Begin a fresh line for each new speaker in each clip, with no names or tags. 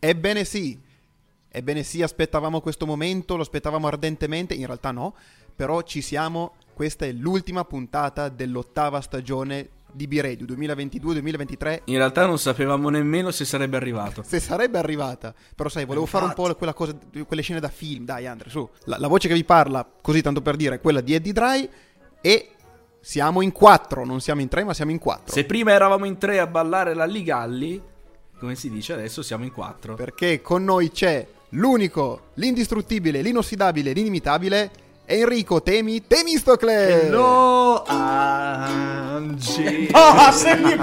Ebbene sì, aspettavamo questo momento, lo aspettavamo ardentemente, in realtà no, però ci siamo, questa è l'ultima puntata dell'8ª stagione di B-Radio 2022-2023.
In realtà non sapevamo nemmeno se sarebbe arrivato.
Se sarebbe arrivata, però sai, volevo fare un po' quella cosa, quelle scene da film, dai Andre, su. La voce che vi parla, così tanto per dire, è quella di Eddie Dry e siamo in 4, non siamo in 3 ma siamo in 4.
Se prima eravamo in 3 a ballare l'Alligalli, come si dice adesso siamo in 4.
Perché con noi c'è l'unico, l'indistruttibile, l'inossidabile, l'inimitabile Enrico Temistocle.
Hello Angie.
Se mi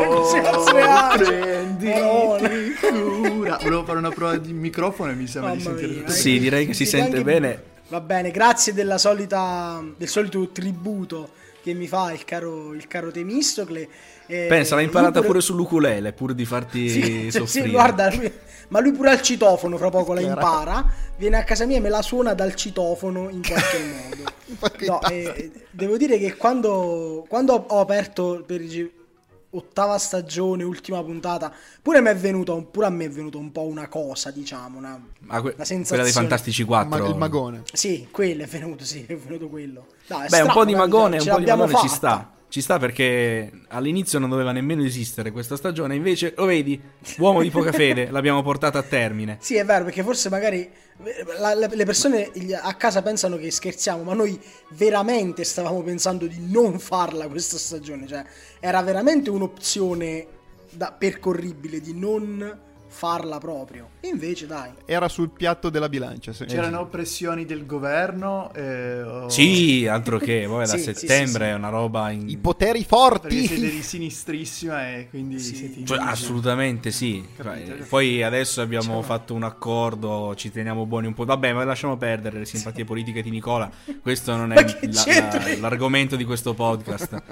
prenditi cura. Volevo fare una prova di microfono e mi sembra di sentire.
Sì, direi che si sente bene.
Va bene, grazie del solito tributo che mi fa il caro Temistocle.
Pensa, l'ha imparata pure sull'ukulele, pur di farti soffrire.
Sì, guarda, ma lui pure al citofono fra poco la impara, viene a casa mia e me la suona dal citofono in qualche modo. No, devo dire che quando ho aperto per 8ª stagione, ultima puntata, pure a me è venuta un po' una cosa, diciamo, una sensazione.
Quella dei Fantastici 4.
Il magone.
Sì, quello è venuto quello. No,
beh, un po' di magone,
fatta.
ci sta. Ci sta perché all'inizio non doveva nemmeno esistere questa stagione, invece, lo vedi, uomo di poca fede, l'abbiamo portata a termine.
Sì, è vero, perché forse magari le persone a casa pensano che scherziamo, ma noi veramente stavamo pensando di non farla questa stagione, cioè era veramente un'opzione percorribile di non farla proprio. E invece dai,
era sul piatto della bilancia.
C'erano pressioni del governo
Sì, altro che poi da
Sì,
settembre
sì.
è una roba
I poteri forti.
perché siete di sinistrissima e quindi siete
Cioè, assolutamente sì. Poi adesso abbiamo fatto un accordo, ci teniamo buoni un po'. Vabbè, ma lasciamo perdere le simpatie politiche di Nicola. Questo non è l'argomento di questo podcast.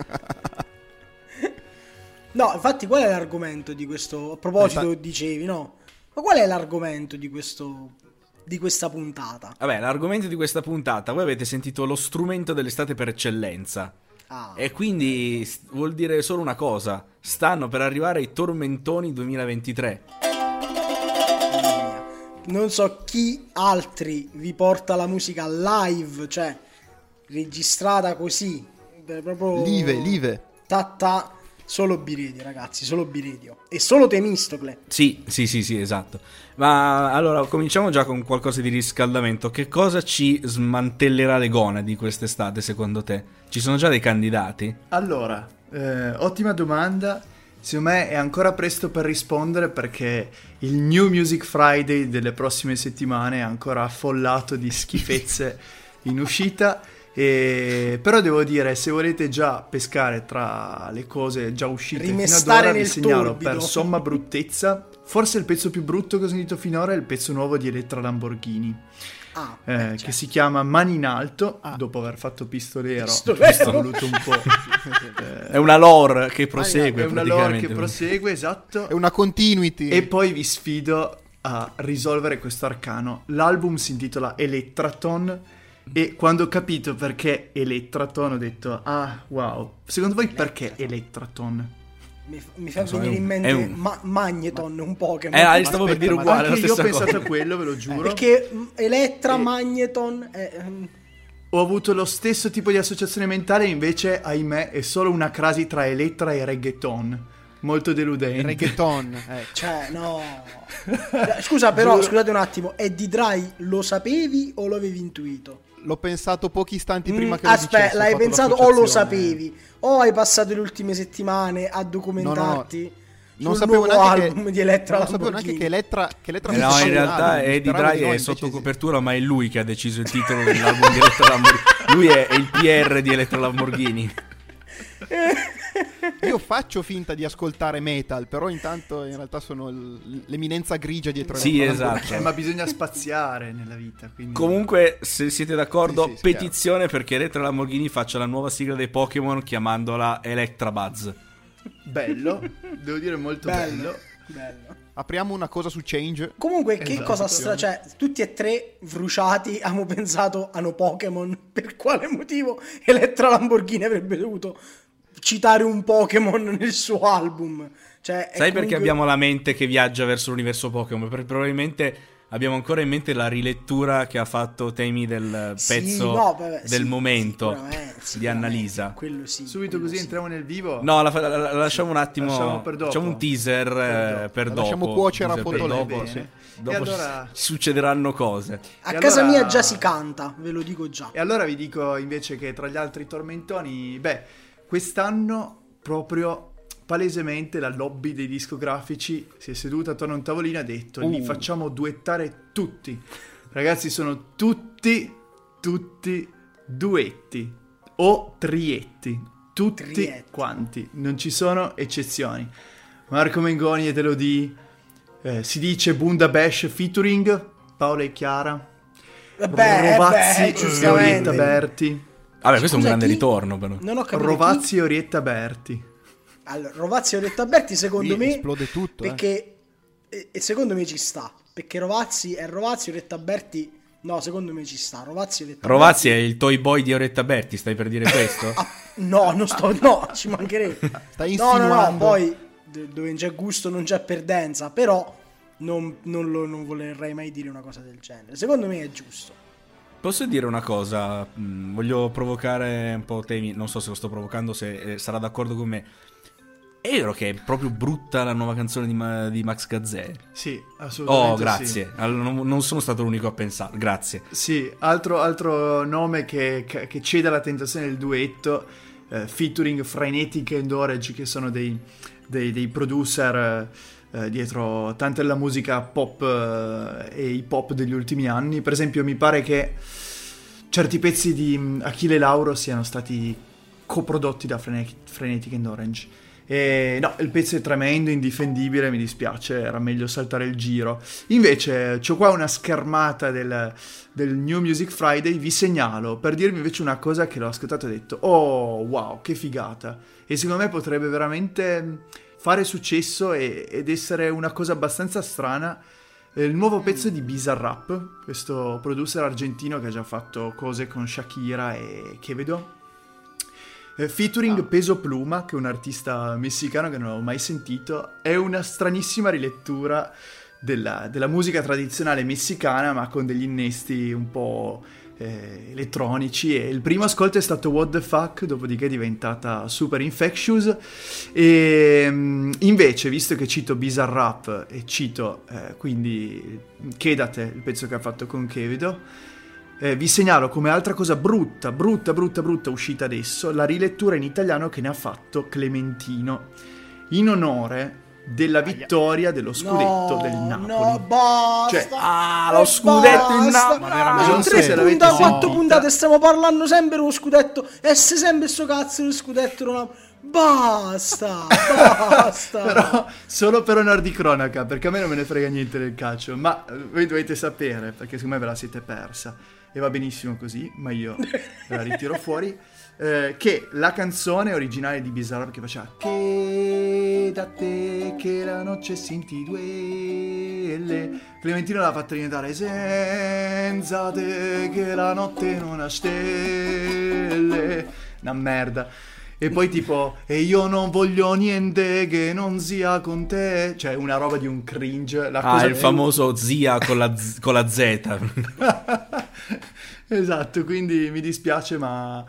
No, infatti qual è l'argomento di questo? A proposito, dicevi, no? Ma qual è l'argomento di questa puntata?
Vabbè, l'argomento di questa puntata, voi avete sentito lo strumento dell'estate per eccellenza. E quindi vuol dire solo una cosa: stanno per arrivare i tormentoni 2023.
Non so chi altri vi porta la musica live, cioè registrata così, proprio
Live.
Solo B-Radio, ragazzi, solo B-Radio. E solo Temistocle.
Sì, esatto. Ma allora, cominciamo già con qualcosa di riscaldamento. Che cosa ci smantellerà le gonadi quest'estate, secondo te? Ci sono già dei candidati?
Allora, ottima domanda. Secondo me è ancora presto per rispondere perché il New Music Friday delle prossime settimane è ancora affollato di schifezze in uscita. Però devo dire, se volete già pescare tra le cose già uscite fino ad ora, vi segnalo per somma bruttezza, forse il pezzo più brutto che ho sentito finora è il pezzo nuovo di Elettra Lamborghini, che si chiama Mani in Alto. Dopo aver fatto Pistolero. Ho voluto un po'
è una lore che prosegue,
è una lore che prosegue, esatto,
È una continuity.
e poi vi sfido a risolvere questo arcano. L'album si intitola Electraton e quando ho capito perché Electraton ho detto wow, secondo voi perché Electraton?
Mi fa venire in mente Magneton, un Pokémon.
Stavo per dire uguale,
anche io ho pensato
cosa.
a quello, ve lo giuro,
perché Elettra, Magneton
ho avuto lo stesso tipo di associazione mentale, invece ahimè è solo una crasi tra Elettra e reggaeton, molto deludente.
Reggaeton.
Cioè no. Scusa però, scusate un attimo, Eddie Dry lo sapevi o lo avevi intuito?
L'ho pensato pochi istanti prima che lo dicessi.
Aspetta, l'hai pensato o lo sapevi? O hai passato le ultime settimane a documentarti
non
sul
sapevo
nuovo
neanche
album di Elettra
non sapevo neanche che Elettra
no, in realtà Eddie Dry è sotto copertura, ma è lui che ha deciso il titolo dell'album di Elettra Lamborghini. Lui è il PR di Elettra Lamborghini.
Io faccio finta di ascoltare metal, però intanto in realtà sono l'eminenza grigia dietro.
Sì, esatto.
Ma bisogna spaziare nella vita, quindi...
Comunque, se siete d'accordo,
sì,
petizione perché Elettra Lamborghini faccia la nuova sigla dei Pokémon chiamandola Electra Buzz.
Bello, devo dire molto bello.
Apriamo una cosa su Change.
Comunque, che cosa cioè, tutti e tre bruciati abbiamo pensato a no Pokémon. Per quale motivo Elettra Lamborghini avrebbe dovuto citare un Pokémon nel suo album? Cioè,
sai perché abbiamo la mente che viaggia verso l'universo Pokémon? Perché probabilmente abbiamo ancora in mente la rilettura che ha fatto Temi del pezzo del momento di Annalisa.
Quello sì.
Subito
quello
così
sì.
entriamo nel vivo.
No, la lasciamo un attimo.
Lasciamo per dopo.
Facciamo un teaser per dopo.
Lasciamo cuocere a
Teaser per
fotolente.
dopo,
Sì.
Dopo
allora...
succederanno cose.
A
E
casa
allora-
mia già si canta, ve lo dico già.
E allora vi dico invece che tra gli altri tormentoni, quest'anno proprio palesemente la lobby dei discografici si è seduta attorno a un tavolino e ha detto li facciamo duettare tutti. Ragazzi, sono tutti duetti o trietti. Tutti
Trietti.
quanti, non ci sono eccezioni. Marco Mengoni ed Elodie, si dice Bunda Bash featuring Paola e Chiara, Rovazzi e
giustamente.
Orietta Berti.
Vabbè, questo è un
Scusa,
grande
chi?
ritorno però.
Non ho capito
Rovazzi e Orietta Berti.
Allora, Rovazzi e Orietta Berti secondo
Qui
me
esplode tutto,
perché e secondo me ci sta, perché Rovazzi è Rovazzi, Orietta Berti no, secondo me ci sta. Rovazzi e Orietta
Rovazzi è il toy boy di Oretta Berti, stai per dire questo?
no, no, ci mancherebbe.
Stai
No,
insinuando.
poi dove c'è gusto non c'è perdenza, però non volerei mai dire una cosa del genere. Secondo me è giusto.
Posso dire una cosa? Voglio provocare un po' Temi, non so se lo sto provocando, se sarà d'accordo con me. È vero che è proprio brutta la nuova canzone di Max Gazzè?
Sì, assolutamente.
Oh, grazie.
Sì.
Non sono stato l'unico a pensare. Grazie.
Sì, altro nome che cede alla tentazione del duetto, featuring Frenetic and Orange, che sono dei producer dietro tanta della musica pop e hip hop degli ultimi anni. Per esempio, mi pare che certi pezzi di Achille Lauro siano stati coprodotti da Frenetic and Orange. E no, il pezzo è tremendo, indifendibile, mi dispiace, era meglio saltare il giro. Invece c'ho qua una schermata del New Music Friday, vi segnalo per dirvi invece una cosa che l'ho ascoltato e ho detto oh wow, che figata, e secondo me potrebbe veramente fare successo ed essere una cosa abbastanza strana. Il nuovo pezzo di Bizarrap, questo producer argentino che ha già fatto cose con Shakira e Quevedo, featuring Peso Pluma, che è un artista messicano che non avevo mai sentito. È una stranissima rilettura della musica tradizionale messicana, ma con degli innesti un po' elettronici, e il primo ascolto è stato What the Fuck, dopodiché è diventata super infectious. E invece, visto che cito Bizarrap e cito quindi Quédate, il pezzo che ha fatto con Quevedo, vi segnalo come altra cosa brutta uscita adesso la rilettura in italiano che ne ha fatto Clementino in onore della vittoria dello scudetto del Napoli.
No, basta.
Cioè,
lo scudetto in
basta.
Napoli.
non so se l'avete
Quattro
sentito.
puntate stiamo parlando sempre dello scudetto e se sempre sto cazzo dello scudetto non basta.
Però solo per onor di cronaca, perché a me non me ne frega niente del calcio, ma voi dovete sapere, perché secondo me ve la siete persa e va benissimo così, ma io ve la ritiro fuori, che la canzone originale di Bizarrap che faceva Quédate che la noce sinti duele, Clementino l'ha fatta diventare senza te che la notte non ha stelle, una merda. E poi tipo, e io non voglio niente che non sia con te. Cioè, una roba di un cringe. La cosa
il famoso zia con la Z.
Esatto, quindi mi dispiace, ma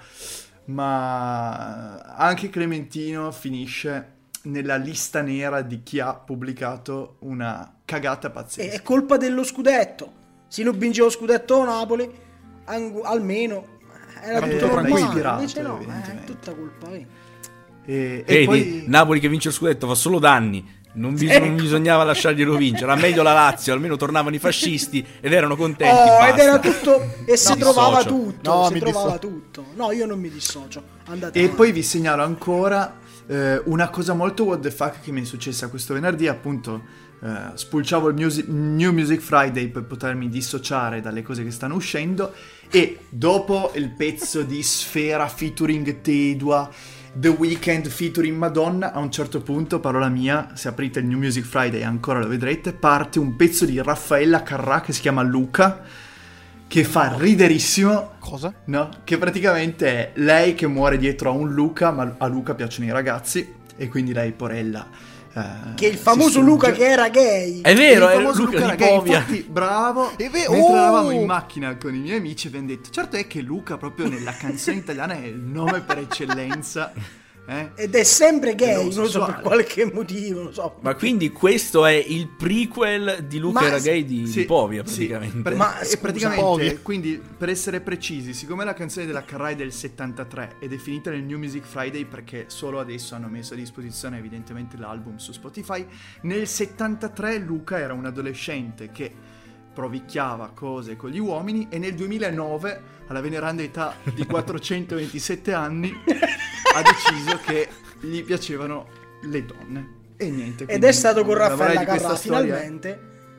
anche Clementino finisce nella lista nera di chi ha pubblicato una cagata pazzesca.
È colpa dello scudetto. Se non vince lo scudetto a Napoli, almeno era tutto normale.
ispirato,
Invece no, è
evidentemente.
tutta colpa mia.
E
Vedi,
poi
Napoli che vince il scudetto fa solo danni. Non bisognava lasciarglielo vincere. Era meglio la Lazio, almeno tornavano i fascisti ed erano contenti.
Ed
basta.
era tutto e si trovava
dissocio.
tutto.
No,
si
mi
trovava
dissocio.
tutto. No, io non mi dissocio. Andate
E
avanti.
poi vi segnalo ancora una cosa molto what the fuck che mi è successa questo venerdì. Appunto, spulciavo il New Music Friday per potermi dissociare dalle cose che stanno uscendo, e dopo il pezzo di Sfera featuring Tedua, The Weeknd featuring Madonna, a un certo punto, parola mia, se aprite il New Music Friday ancora lo vedrete, parte un pezzo di Raffaella Carrà che si chiama Luca, che fa riderissimo.
Cosa?
No, che praticamente è lei che muore dietro a un Luca, ma a Luca piacciono i ragazzi e quindi lei, porella,
che il famoso Luca che era gay.
È vero,
il
è
famoso
Luca di
gay,
Povia.
infatti, bravo. Mentre eravamo in macchina con i miei amici abbiamo detto, certo è che Luca proprio nella canzone italiana è il nome per eccellenza.
Ed è sempre gay, non lo so,
sessuale.
per qualche motivo, non so.
Ma quindi questo è il prequel di Luca era gay di Povia,
sì,
praticamente.
praticamente,
Povia.
quindi per essere precisi, siccome la canzone della Carrai del 73 è definita nel New Music Friday perché solo adesso hanno messo a disposizione evidentemente l'album su Spotify, nel 73 Luca era un adolescente che provicchiava cose con gli uomini e nel 2009, alla veneranda età di 427 anni, ha deciso che gli piacevano le donne. E niente.
Ed è stato con
la
Raffaella
morale di
Carrà,
questa storia-
finalmente.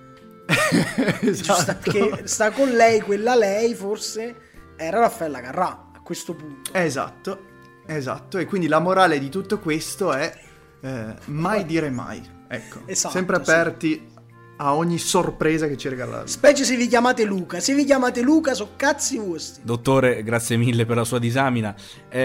Esatto.
Che sta con lei, quella lei forse era Raffaella Carrà a questo punto.
Esatto. E quindi la morale di tutto questo è mai dire mai. Ecco,
Esatto,
sempre aperti a ogni sorpresa che ci regala la vita.
Specie se vi chiamate Luca. Se vi chiamate Luca, so cazzi vostri.
Dottore, grazie mille per la sua disamina.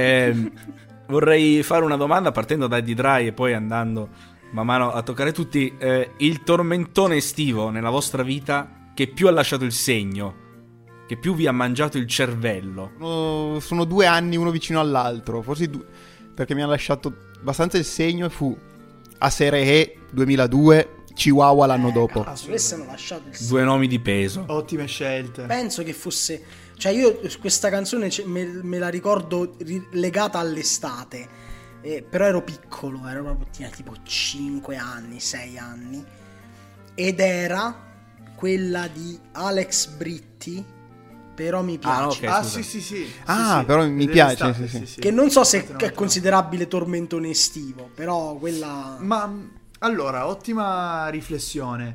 Vorrei fare una domanda partendo da Eddie Dry e poi andando man mano a toccare tutti. Il tormentone estivo nella vostra vita che più ha lasciato il segno, che più vi ha mangiato il cervello?
Sono 2 anni uno vicino all'altro, forse perché mi ha lasciato abbastanza il segno e fu a Serie 2002, Chihuahua l'anno dopo.
Questi hanno lasciato il segno.
2 nomi di peso.
Ottime scelte.
Penso che fosse, cioè io questa canzone me la ricordo legata all'estate, però ero piccolo, ero proprio tipo 5 anni, 6 anni, ed era quella di Alex Britti, però mi piace.
Ah, ok,
sì.
Però mi
Ed è
piace,
l'estate,
sì.
Che non so se è considerabile tormentone estivo, però quella...
Ma allora, ottima riflessione,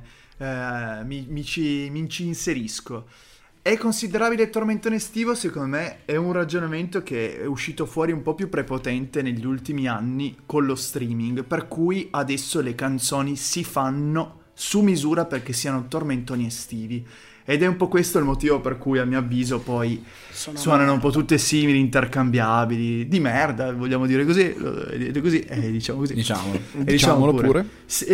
mi ci inserisco. È considerabile tormentone estivo? Secondo me è un ragionamento che è uscito fuori un po' più prepotente negli ultimi anni con lo streaming, per cui adesso le canzoni si fanno su misura perché siano tormentoni estivi. Ed è un po' questo il motivo per cui, a mio avviso, poi suonano un po' tutte simili, intercambiabili, di merda, vogliamo dire così, diciamo così.
Diciamolo
pure.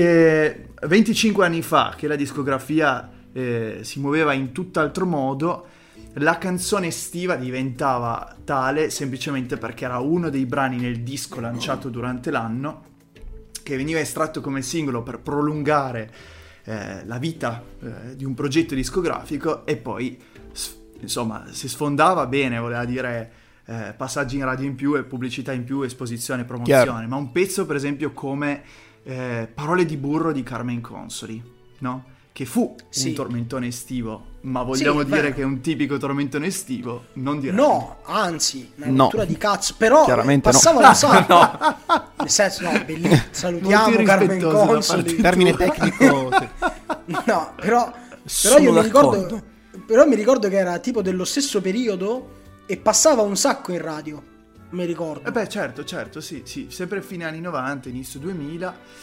25 anni fa, che la discografia si muoveva in tutt'altro modo, la canzone estiva diventava tale semplicemente perché era uno dei brani nel disco lanciato durante l'anno, che veniva estratto come singolo per prolungare la vita di un progetto discografico, e poi insomma si sfondava bene, voleva dire passaggi in radio in più e pubblicità in più, esposizione e promozione.
Chiaro.
Ma un pezzo per esempio come Parole di burro di Carmen Consoli, no? Che fu un tormentone estivo, ma vogliamo dire che è un tipico tormentone estivo? Non direi.
No, anzi, una
No.
rottura di cazzo, però
Chiaramente
passava
no.
un sacco. Nel senso, no, bellissimo. Salutiamo
Molto
Carmen
rispettoso da
Consoli.
parte
Termine tecnico, sì.
No, però
Sono
io mi ricordo,
d'accordo.
però mi ricordo che era tipo dello stesso periodo e passava un sacco in radio, mi ricordo.
Beh, certo, sì, sempre fine anni 90, inizio 2000.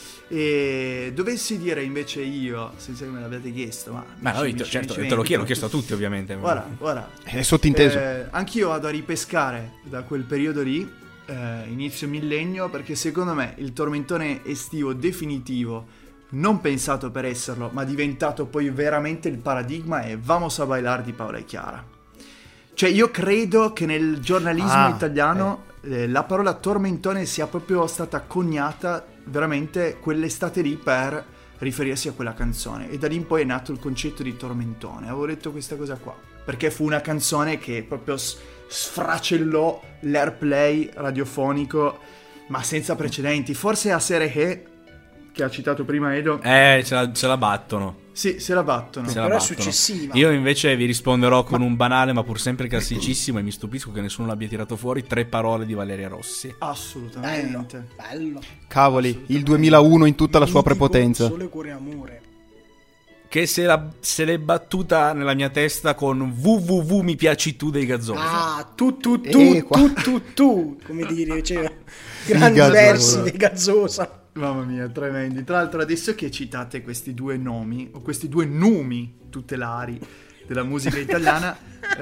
E dovessi dire invece io, senza che me l'abbiate chiesto,
Ma noi, certo, te lo chiesto a tutti, ovviamente.
Guarda,
È sottinteso.
anch'io vado a ripescare da quel periodo lì, inizio millennio, perché secondo me il tormentone estivo definitivo, non pensato per esserlo, ma diventato poi veramente il paradigma, è Vamos a bailar di Paola e Chiara. Cioè io credo che nel giornalismo italiano la parola tormentone sia proprio stata coniata veramente quell'estate lì per riferirsi a quella canzone, e da lì in poi è nato il concetto di tormentone. Avevo detto questa cosa qua perché fu una canzone che proprio sfracellò l'airplay radiofonico ma senza precedenti. Forse a Serie che ha citato prima Edo,
Ce la battono.
sì, se la battono.
Se la
Però è
battono.
successiva.
Io invece vi risponderò con un banale ma pur sempre classicissimo, e mi stupisco che nessuno l'abbia tirato fuori: 3 parole di Valeria Rossi.
Assolutamente.
Bello.
Cavoli, il 2001 in tutta la sua prepotenza.
Sole, cuore e amore.
Che se l'è battuta nella mia testa con www mi piaci tu dei Gazzosa.
Ah, tu,
qua.
come dire, cioè, grandi
Gazzosa.
versi dei Gazzosa.
Mamma mia, tremendi. Tra l'altro adesso che citate questi due nomi, o questi due numi tutelari, della musica italiana.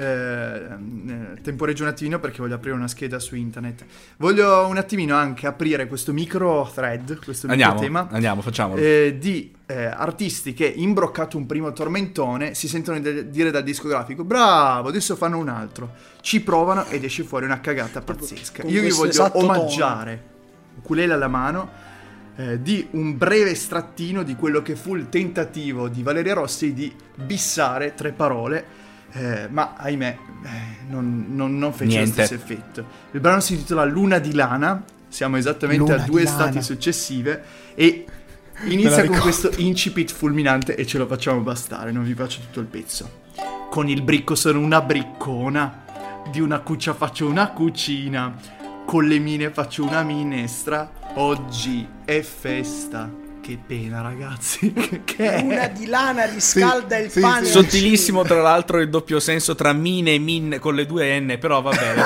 Temporeggio un attimino perché voglio aprire una scheda su internet. Voglio un attimino anche aprire questo micro thread, questo micro tema.
Andiamo, facciamolo.
Di artisti che, imbroccato un primo tormentone, si sentono dire dal discografico: bravo, adesso fanno un altro. Ci provano ed esce fuori una cagata pazzesca. Io vi voglio omaggiare, ukulele alla mano, di un breve estrattino di quello che fu il tentativo di Valeria Rossi di bissare 3 parole, ma ahimè non fece lo stesso effetto. Il brano si intitola Luna di Lana, siamo esattamente a 2 estati successive e inizia con questo incipit fulminante e ce lo facciamo bastare, non vi faccio tutto il pezzo. Con il bricco sono una briccona, di una cuccia faccio una cucina, con le mine faccio una minestra, oggi è festa. Che pena, ragazzi. Che è?
Luna di Lana riscalda il pane.
Sottilissimo, tra l'altro, il doppio senso tra mine e min con le 2 n, però va bene.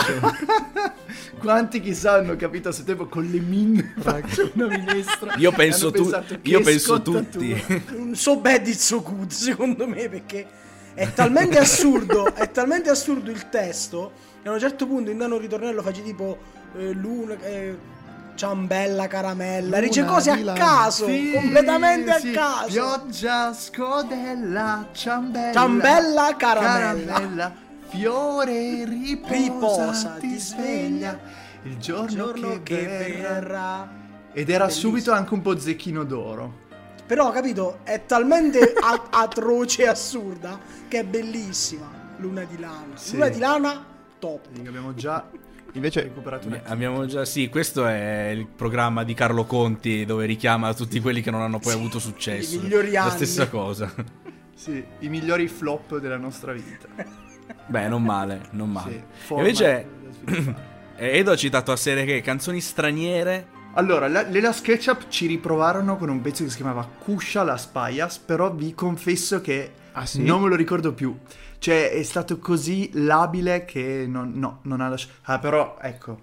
Quanti chissà hanno capito a suo tempo con le min faccio una minestra.
Io penso tutti.
So bad it's so good, secondo me, perché è talmente assurdo, il testo, e a un certo punto in un ritornello faccio tipo luna, ciambella, caramella, dice cose a caso, completamente a caso.
Pioggia, scodella,
ciambella, caramella,
fiore, riposa, ti sveglia, il giorno che verrà. Ed era bellissimo. Subito anche un po' Zecchino d'Oro.
Però, capito, è talmente atroce e assurda che è bellissima. Luna di Lana. Sì. Luna di Lana, top.
Abbiamo già
invece
recuperato
abbiamo già, sì, questo è il programma di Carlo Conti dove richiama tutti quelli che non hanno poi avuto successo.
I migliori anni.
La stessa cosa.
Sì, i migliori flop della nostra vita.
Beh, non male. Sì, invece Edo ha citato a serie che canzoni straniere.
Allora, le Last Ketchup ci riprovarono con un pezzo che si chiamava Cuscia las Payas, però vi confesso che non me lo ricordo più. Cioè, è stato così labile che non ha lasciato. Però, ecco,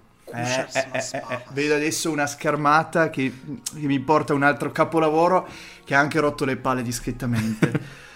vedo adesso una schermata che mi porta a un altro capolavoro che ha anche rotto le palle discretamente.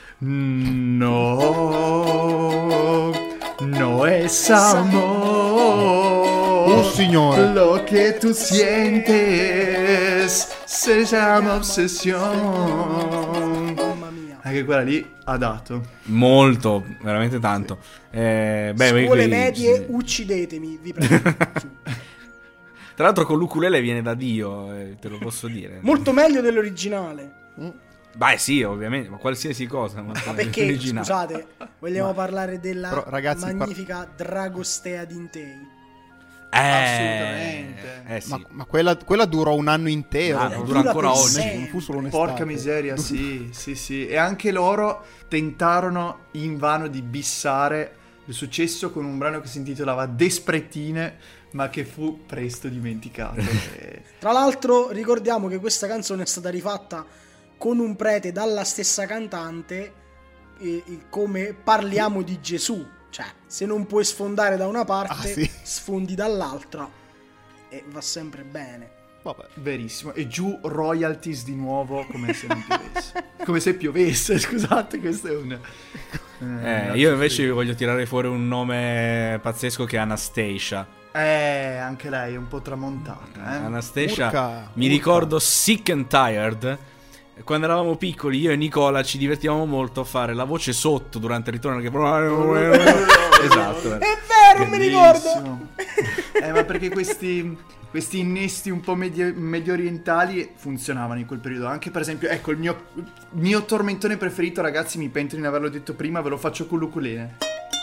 No es amor.
Oh signore,
lo que tú sientes se llama obsesión. Mamma mia. Anche quella lì ha dato
molto, veramente tanto.
Scuole medie, uccidetemi, vi prego.
Tra l'altro con l'ukulele viene da Dio, te lo posso dire.
Molto meglio dell'originale.
Beh sì, ovviamente, ma qualsiasi cosa.
Ma perché, scusate, vogliamo parlare della
però, ragazzi,
magnifica Dragostea Dintei.
Assolutamente.
Sì.
Ma quella durò un anno intero.
Dura ancora oggi.
Non fu solo un'estate.
Porca miseria, sì. E anche loro tentarono invano di bissare il successo con un brano che si intitolava Despretine, ma che fu presto dimenticato.
Tra l'altro ricordiamo che questa canzone è stata rifatta con un prete dalla stessa cantante, come Parliamo di Gesù. Cioè, se non puoi sfondare da una parte, sfondi dall'altra e va sempre bene.
Vabbè, verissimo. E giù royalties di nuovo come se non piovesse. Come se piovesse, scusate, questo è un...
io invece voglio tirare fuori un nome pazzesco che è Anastacia.
Anche lei è un po' tramontata.
Anastacia, mi ricordo Sick and Tired. Quando eravamo piccoli, io e Nicola ci divertivamo molto a fare la voce sotto durante il ritorno. Esatto.
È vero, mi ricordo.
Ma perché questi innesti un po' medio orientali funzionavano in quel periodo. Anche per esempio, ecco, il mio tormentone preferito, ragazzi, mi pento di non averlo detto prima, ve lo faccio con l'ukulele.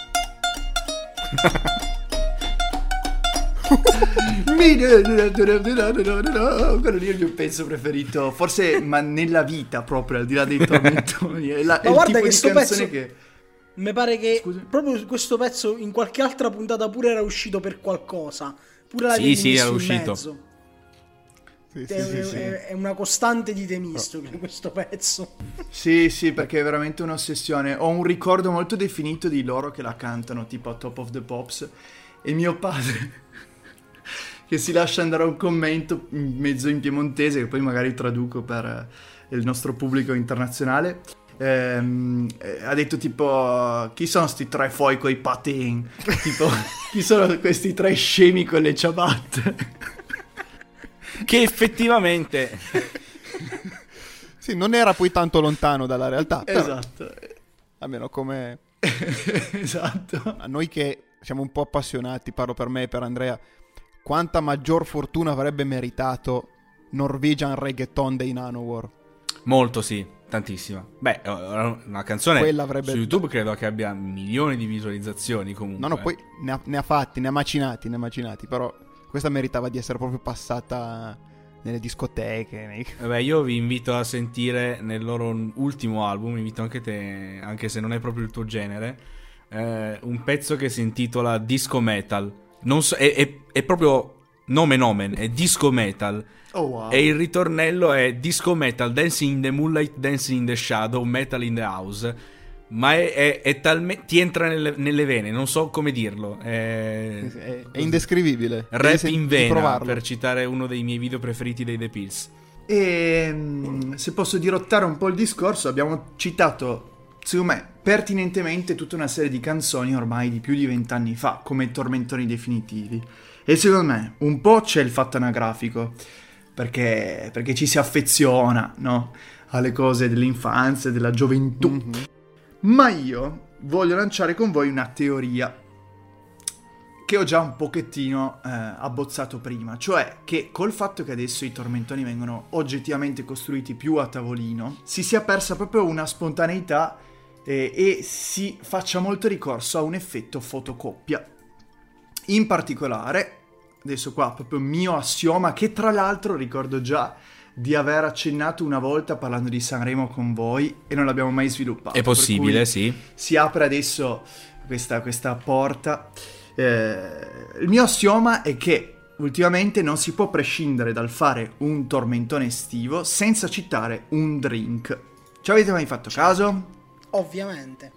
Quello lì è il mio pezzo preferito, forse, ma nella vita proprio, al di là dei tormentoni. È il
guarda
tipo
che
di
sto
canzone
pezzo,
che...
mi pare che proprio questo pezzo in qualche altra puntata pure era uscito per qualcosa. Pure la
era uscito.
Sì.
È una costante di Temistocle questo pezzo.
Sì, perché è veramente un'ossessione. Ho un ricordo molto definito di loro che la cantano tipo a Top of the Pops, e mio padre che si lascia andare a un commento mezzo in piemontese che poi magari traduco per il nostro pubblico internazionale. ha detto tipo chi sono sti tre foi coi patin, tipo chi sono questi tre scemi con le ciabatte,
che effettivamente
sì, non era poi tanto lontano dalla realtà,
esatto,
almeno come
esatto.
a noi che siamo un po' appassionati, parlo per me e per Andrea, quanta maggior fortuna avrebbe meritato Norwegian Reggaeton dei Nanowar.
molto, sì, tantissima. Beh, una canzone
Quella avrebbe...
su YouTube credo che abbia milioni di visualizzazioni comunque.
No, poi ne ha fatti, ne ha macinati, però questa meritava di essere proprio passata nelle discoteche.
Vabbè, io vi invito a sentire nel loro ultimo album, invito anche te, anche se non è proprio il tuo genere, un pezzo che si intitola Disco Metal. Non so, è proprio nomen, è Disco Metal.
Oh, wow.
E il ritornello è Disco Metal, Dancing in the Moonlight, Dancing in the Shadow, Metal in the House. Ma è talmente... ti entra nelle vene, non so come dirlo.
È indescrivibile.
Rap in vena,
provarlo.
per citare uno dei miei video preferiti dei The Pills.
E se posso dirottare un po' il discorso, abbiamo citato, secondo me, pertinentemente tutta una serie di canzoni ormai di più di 20 anni fa, come tormentoni definitivi. E secondo me un po' c'è il fatto anagrafico, perché ci si affeziona, no? Alle cose dell'infanzia, della gioventù. Mm-hmm. Ma io voglio lanciare con voi una teoria che ho già un pochettino abbozzato prima, cioè che col fatto che adesso i tormentoni vengono oggettivamente costruiti più a tavolino, si sia persa proprio una spontaneità e si faccia molto ricorso a un effetto fotocoppia. In particolare, adesso qua proprio mio assioma, che tra l'altro ricordo già di aver accennato una volta parlando di Sanremo con voi e non l'abbiamo mai sviluppato.
È possibile, sì.
Si apre adesso questa porta. Il mio assioma è che ultimamente non si può prescindere dal fare un tormentone estivo senza citare un drink. Ci avete mai fatto caso?
Ovviamente.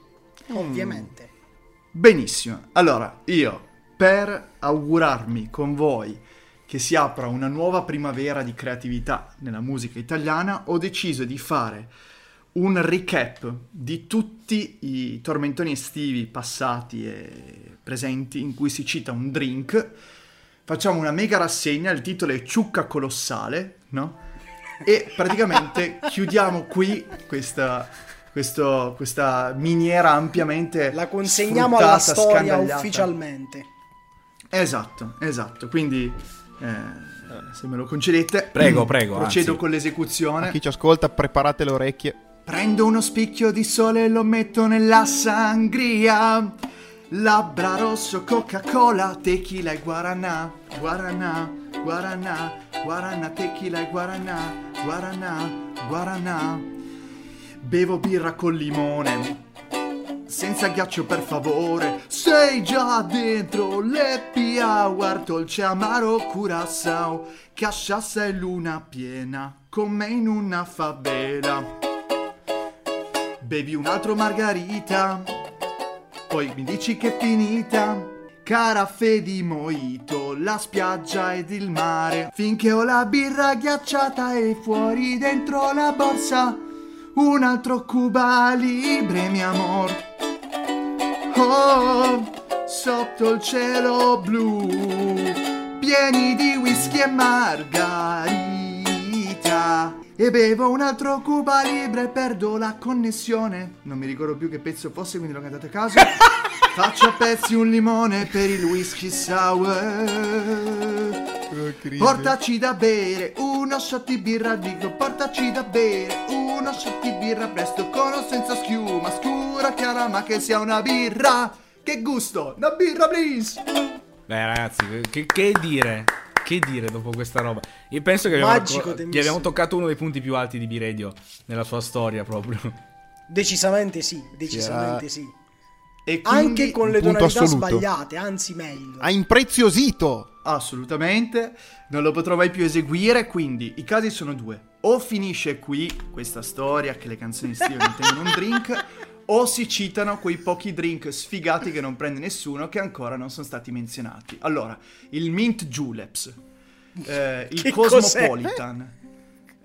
Benissimo. Allora, io, per augurarmi con voi che si apra una nuova primavera di creatività nella musica italiana, ho deciso di fare un recap di tutti i tormentoni estivi passati e presenti in cui si cita un drink. Facciamo una mega rassegna, il titolo è Ciucca Colossale, no? E praticamente chiudiamo qui questa miniera ampiamente
la consegniamo alla storia
scandagliata.
Ufficialmente.
Esatto, quindi se me lo concedete,
prego,
procedo
anzi,
con l'esecuzione.
A chi ci ascolta, preparate le orecchie.
Prendo uno spicchio di sole e lo metto nella sangria. Labbra rosso, Coca-Cola, tequila e guaranà. Guaranà, guaranà, guaranà, tequila e guaranà. Guaranà, guaranà. Bevo birra col limone, senza ghiaccio per favore. Sei già dentro l'happy hour, dolce amaro curaçao, caciassa e luna piena, con me in una favela. Bevi un altro margarita, poi mi dici che è finita. Caraffè di mojito, la spiaggia ed il mare, finché ho la birra ghiacciata e fuori dentro la borsa un altro Cuba Libre, mi amor. Oh, sotto il cielo blu, pieni di whisky e margarita, e bevo un altro Cuba Libre e perdo la connessione. Non mi ricordo più che pezzo fosse, quindi lo cantate a caso. Faccio a pezzi un limone per il whisky sour. Portaci da bere uno shot di birra, dico portaci da bere uno shot di birra presto, con o senza schiuma, scura, chiara, ma che sia una birra. Che gusto, una birra please.
Beh ragazzi, che dire? Che dire dopo questa roba? Io penso che gli abbiamo toccato uno dei punti più alti di B-Radio nella sua storia proprio.
Decisamente sì, decisamente sì.
E
anche con le tonalità
assoluto.
Sbagliate, anzi meglio.
Ha impreziosito.
Assolutamente, non lo potrò mai più eseguire, quindi i casi sono due. O finisce qui questa storia che le canzoni estive intendono un drink, o si citano quei pochi drink sfigati che non prende nessuno, che ancora non sono stati menzionati. Allora, il Mint Juleps, il Cosmopolitan,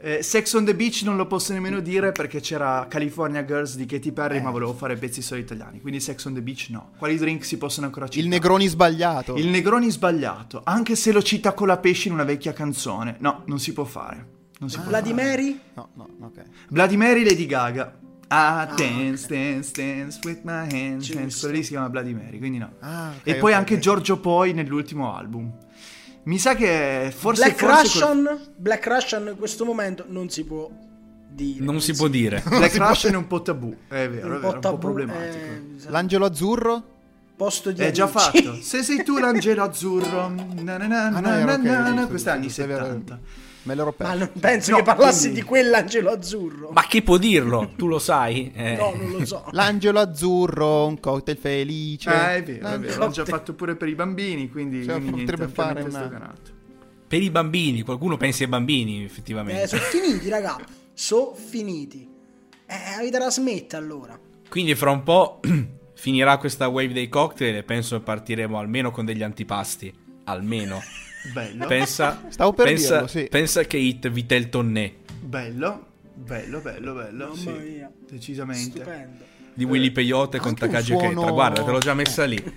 Sex on the Beach non lo posso nemmeno dire perché c'era California Girls di Katy Perry, ma volevo fare pezzi solo italiani, quindi Sex on the Beach no. Quali drink si possono ancora citare?
Il Negroni sbagliato.
Il Negroni sbagliato, anche se lo cita con la pesce in una vecchia canzone. No, non si può fare. Non si può
Bloody
fare.
Mary?
No, ok.
Bloody Mary, Lady Gaga. Dance with my hands. Quello lì si chiama Bloody Mary, quindi no.
Okay,
e poi anche
ok.
Giorgio Poi nell'ultimo album. Mi sa che forse
Black Russian in questo momento non si può dire.
Non si può dire.
Black Russian è un po' tabù, è vero,
Un
è
po'
un po'
tabù,
problematico.
L'angelo azzurro?
Posto di
È già
amici.
fatto. Se sei tu l'angelo azzurro. Questi anni 70.
Me l'ero
Ma
perso.
non penso
No,
che parlassi
quindi-
di quell'angelo azzurro.
Ma chi può dirlo? Tu lo sai?
No, non lo so.
L'angelo azzurro, un cocktail felice.
È vero. L'ho già fatto pure per i bambini, quindi,
Cioè,
quindi niente,
potrebbe fare
ampiamente
una-
sdoganato.
Per i bambini, qualcuno pensa ai bambini, effettivamente.
Sono finiti, raga. Sono finiti. Avete la smetta allora.
Quindi fra un po' finirà questa wave dei cocktail e penso che partiremo almeno con degli antipasti. Almeno.
Bello.
Stavo per dirlo, sì.
Pensa che hit Vitel Tonné
Bello.
Mamma
Sì,
mia.
decisamente.
Stupendo.
di Willy Peyote con
anche un
Takagi Keita.
suono-
Guarda, te l'ho già messa lì.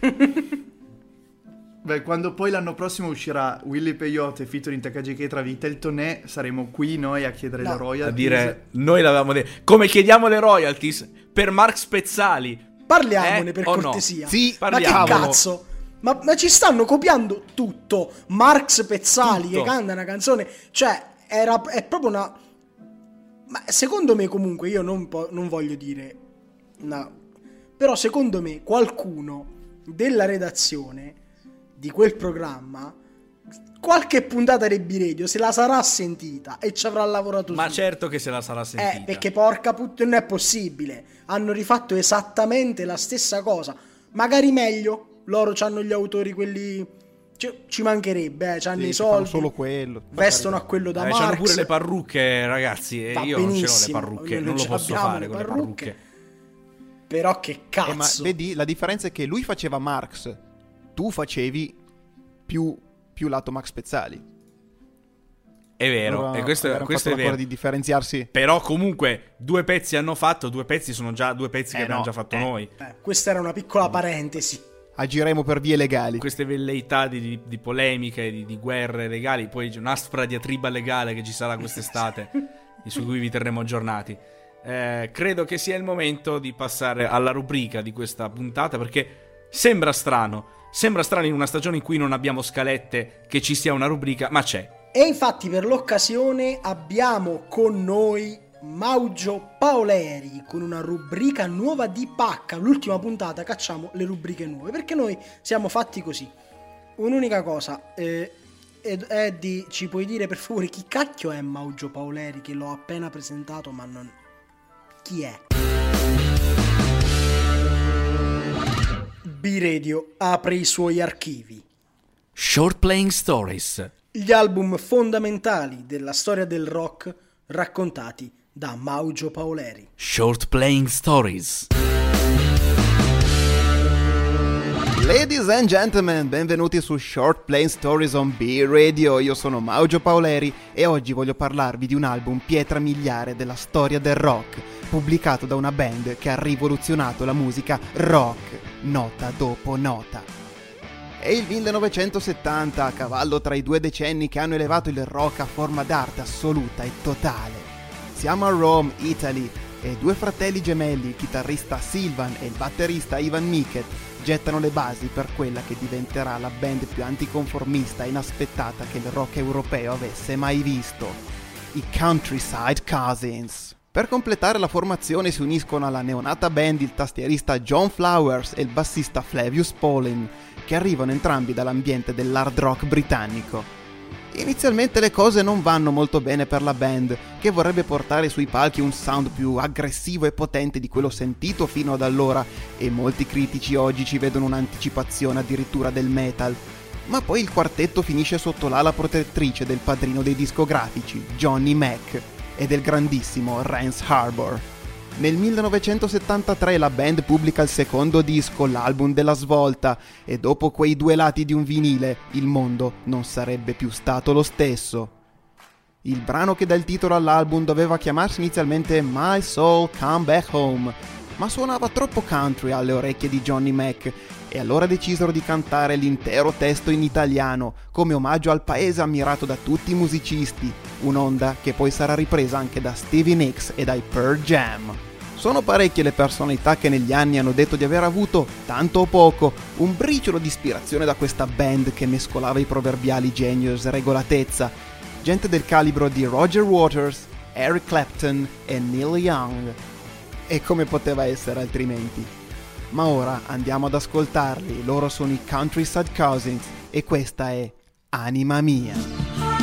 Beh, quando poi l'anno prossimo uscirà Willy Peyote featuring Takagi Keita Vitel Tonè, saremo qui noi a chiedere le
A
royalties.
dire, noi l'avevamo detto. Come chiediamo le royalties per Mark Spezzali.
Parliamone per
o no?
cortesia.
Sì,
Ma
parliamo.
che cazzo? Ma ci stanno copiando tutto. Marx Pezzali
Tutto.
che canta una canzone. Cioè, è proprio una. Ma secondo me, comunque, io non voglio dire. No. Però, secondo me, qualcuno della redazione di quel programma, qualche puntata di B-Radio se la sarà sentita e ci avrà lavorato
Ma
su.
certo che se la sarà sentita.
Perché porca puttana, non è possibile. Hanno rifatto esattamente la stessa cosa. Magari meglio. Loro c'hanno gli autori quelli. Ci mancherebbe, c'hanno i
fanno
soldi.
solo quello.
Vestono a quello da Marx.
C'hanno pure le parrucche, ragazzi. E
Va
io non ce l'ho le
benissimo,
parrucche.
noi
Non lo
ce
posso
l'abbiamo
fare
le
con le
parrucche.
parrucche.
Però che cazzo.
Ma vedi, la differenza è che lui faceva Marx, tu facevi più lato Max Pezzali.
È vero, e questo è vero.
Di differenziarsi.
Però comunque 2 pezzi hanno fatto, 2 pezzi sono già 2 pezzi che abbiamo già fatto noi.
Questa era una piccola parentesi.
Agiremo per vie legali.
Queste velleità di polemiche, di guerre legali, poi c'è un'aspra diatriba legale che ci sarà quest'estate, su cui vi terremo aggiornati. Credo che sia il momento di passare alla rubrica di questa puntata, perché sembra strano in una stagione in cui non abbiamo scalette che ci sia una rubrica, ma c'è.
E infatti per l'occasione abbiamo con noi Maugio Paoleri con una rubrica nuova di pacca. L'ultima puntata cacciamo le rubriche nuove perché noi siamo fatti così. Un'unica cosa, Eddie, ci puoi dire per favore chi cacchio è Maugio Paoleri, che l'ho appena presentato ma non... Chi è? B-Radio apre i suoi archivi.
Short Playing Stories.
Gli album fondamentali della storia del rock raccontati da Maugio Paoleri.
Short Playing Stories.
Ladies and gentlemen, benvenuti su Short Playing Stories on B-Radio. Io sono Maugio Paoleri e oggi voglio parlarvi di un album pietra miliare della storia del rock, pubblicato da una band che ha rivoluzionato la musica rock, nota dopo nota. È il 1970, a cavallo tra i 2 decenni che hanno elevato il rock a forma d'arte assoluta e totale. Siamo a Rome, Italy, e 2 fratelli gemelli, il chitarrista Sylvan e il batterista Ivan Miket, gettano le basi per quella che diventerà la band più anticonformista e inaspettata che il rock europeo avesse mai visto, i Countryside Cousins. Per completare la formazione si uniscono alla neonata band il tastierista John Flowers e il bassista Flavius Paulin, che arrivano entrambi dall'ambiente dell'hard rock britannico. Inizialmente le cose non vanno molto bene per la band, che vorrebbe portare sui palchi un sound più aggressivo e potente di quello sentito fino ad allora, e molti critici oggi ci vedono un'anticipazione addirittura del metal. Ma poi il quartetto finisce sotto l'ala protettrice del padrino dei discografici, Johnny Mac, e del grandissimo Rance Harbor. Nel 1973 la band pubblica il secondo disco, l'album della svolta, e dopo quei 2 lati di un vinile, il mondo non sarebbe più stato lo stesso. Il brano che dà il titolo all'album doveva chiamarsi inizialmente My Soul Come Back Home, ma suonava troppo country alle orecchie di Johnny Mac e allora decisero di cantare l'intero testo in italiano come omaggio al paese ammirato da tutti i musicisti, un'onda che poi sarà ripresa anche da Stevie Nicks e dai Pearl Jam. Sono parecchie le personalità che negli anni hanno detto di aver avuto, tanto o poco, un briciolo di ispirazione da questa band che mescolava i proverbiali genius e regolatezza. Gente del calibro di Roger Waters, Eric Clapton e Neil Young. E come poteva essere altrimenti? Ma ora andiamo ad ascoltarli, loro sono i Countryside Cousins e questa è Anima Mia.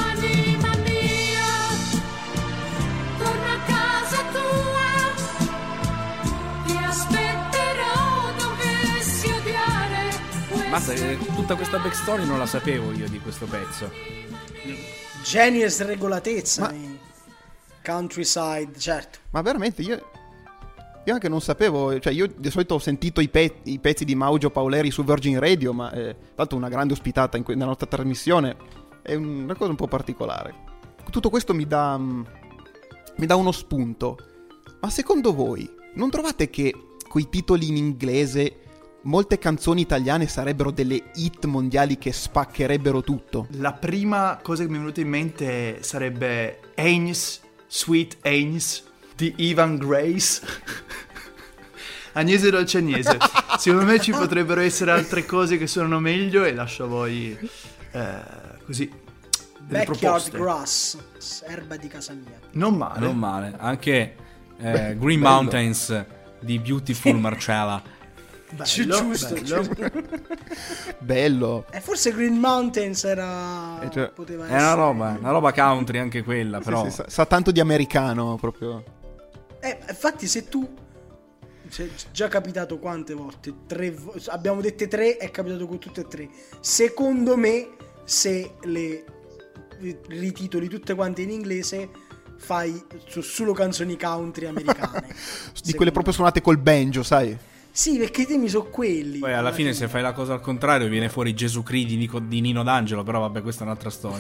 Basta, tutta questa backstory non la sapevo io di questo pezzo.
Genius regolatezza. Countryside, certo.
Ma veramente io anche non sapevo, cioè io di solito ho sentito i pezzi di Maugio Pauleri su Virgin Radio, ma tanto una grande ospitata nella nostra trasmissione, è una cosa un po' particolare. Tutto questo mi dà uno spunto. Ma secondo voi non trovate che coi titoli in inglese molte canzoni italiane sarebbero delle hit mondiali che spaccherebbero tutto?
La prima cosa che mi è venuta in mente sarebbe Agnes, Sweet Agnes di Ivan Grace. Agnese dolce Agnese. Secondo me ci potrebbero essere altre cose che suonano meglio e lascio a voi così delle
Backyard
proposte.
Grass, erba di casa mia.
Non male.
Non male. Anche Green Mountains di Beautiful Marcella.
Bello.
Bello.
Forse Green Mountains era
cioè,
poteva
È
essere
una roba country anche quella, però.
Sì, sa tanto di americano proprio.
infatti se tu già capitato quante volte? Abbiamo dette 3, è capitato con tutte e 3. Secondo me se le rititoli tutte quante in inglese fai solo canzoni country americane.
Di quelle proprio suonate col banjo, sai?
Sì, perché i temi sono quelli.
Poi alla fine se fai la cosa al contrario viene fuori Gesù Cristo di Nino D'Angelo, però vabbè, questa è un'altra storia.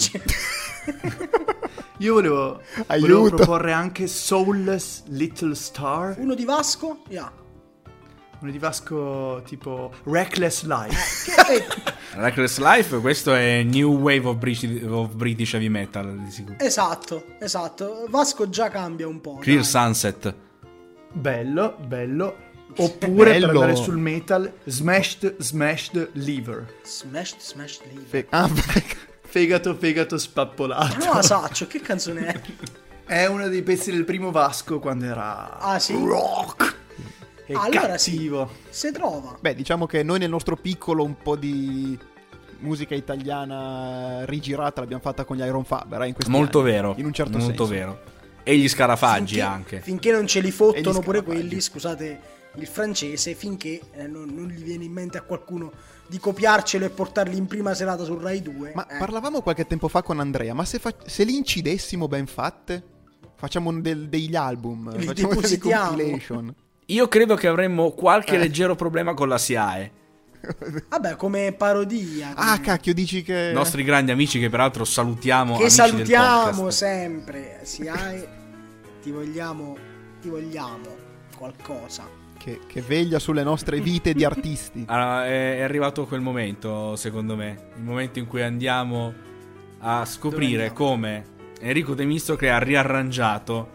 Io volevo proporre anche Soulless Little Star.
Uno di Vasco? Yeah.
Uno di Vasco tipo Reckless Life.
Reckless Life, questo è New Wave of British Heavy Metal di sicuro.
Esatto. Vasco già cambia un po'.
Clear
dai.
Sunset.
Bello. Oppure
Bello.
per andare sul metal, Smashed Liver.
Smashed Liver.
Fegato spappolato.
No, Saccio, che canzone è?
È uno dei pezzi del primo Vasco quando era
Sì?
rock e
Allora
cattivo.
Si trova.
Beh, diciamo che noi nel nostro piccolo un po' di musica italiana rigirata l'abbiamo fatta con gli Iron Faber, in questi
Molto
anni,
vero.
in un certo
molto
senso.
vero. E gli Scarafaggi anche.
Finché non ce li fottono
E gli
pure
Scarafaggi.
quelli, scusate il francese, finché non gli viene in mente a qualcuno di copiarcelo e portarli in prima serata su Rai 2.
Ma parlavamo qualche tempo fa con Andrea, ma se li incidessimo ben fatte? Facciamo degli album,
Li
facciamo delle
depositiamo.
compilation.
Io credo che avremmo qualche leggero problema con la SIAE.
Vabbè, come parodia.
Ah, cacchio, dici che...
I nostri grandi amici che peraltro salutiamo.
Che
amici del
salutiamo
podcast.
sempre. Ti vogliamo qualcosa.
Che veglia sulle nostre vite di artisti.
Allora, è arrivato quel momento, secondo me, il momento in cui andiamo a scoprire come Enrico De Mistocre ha riarrangiato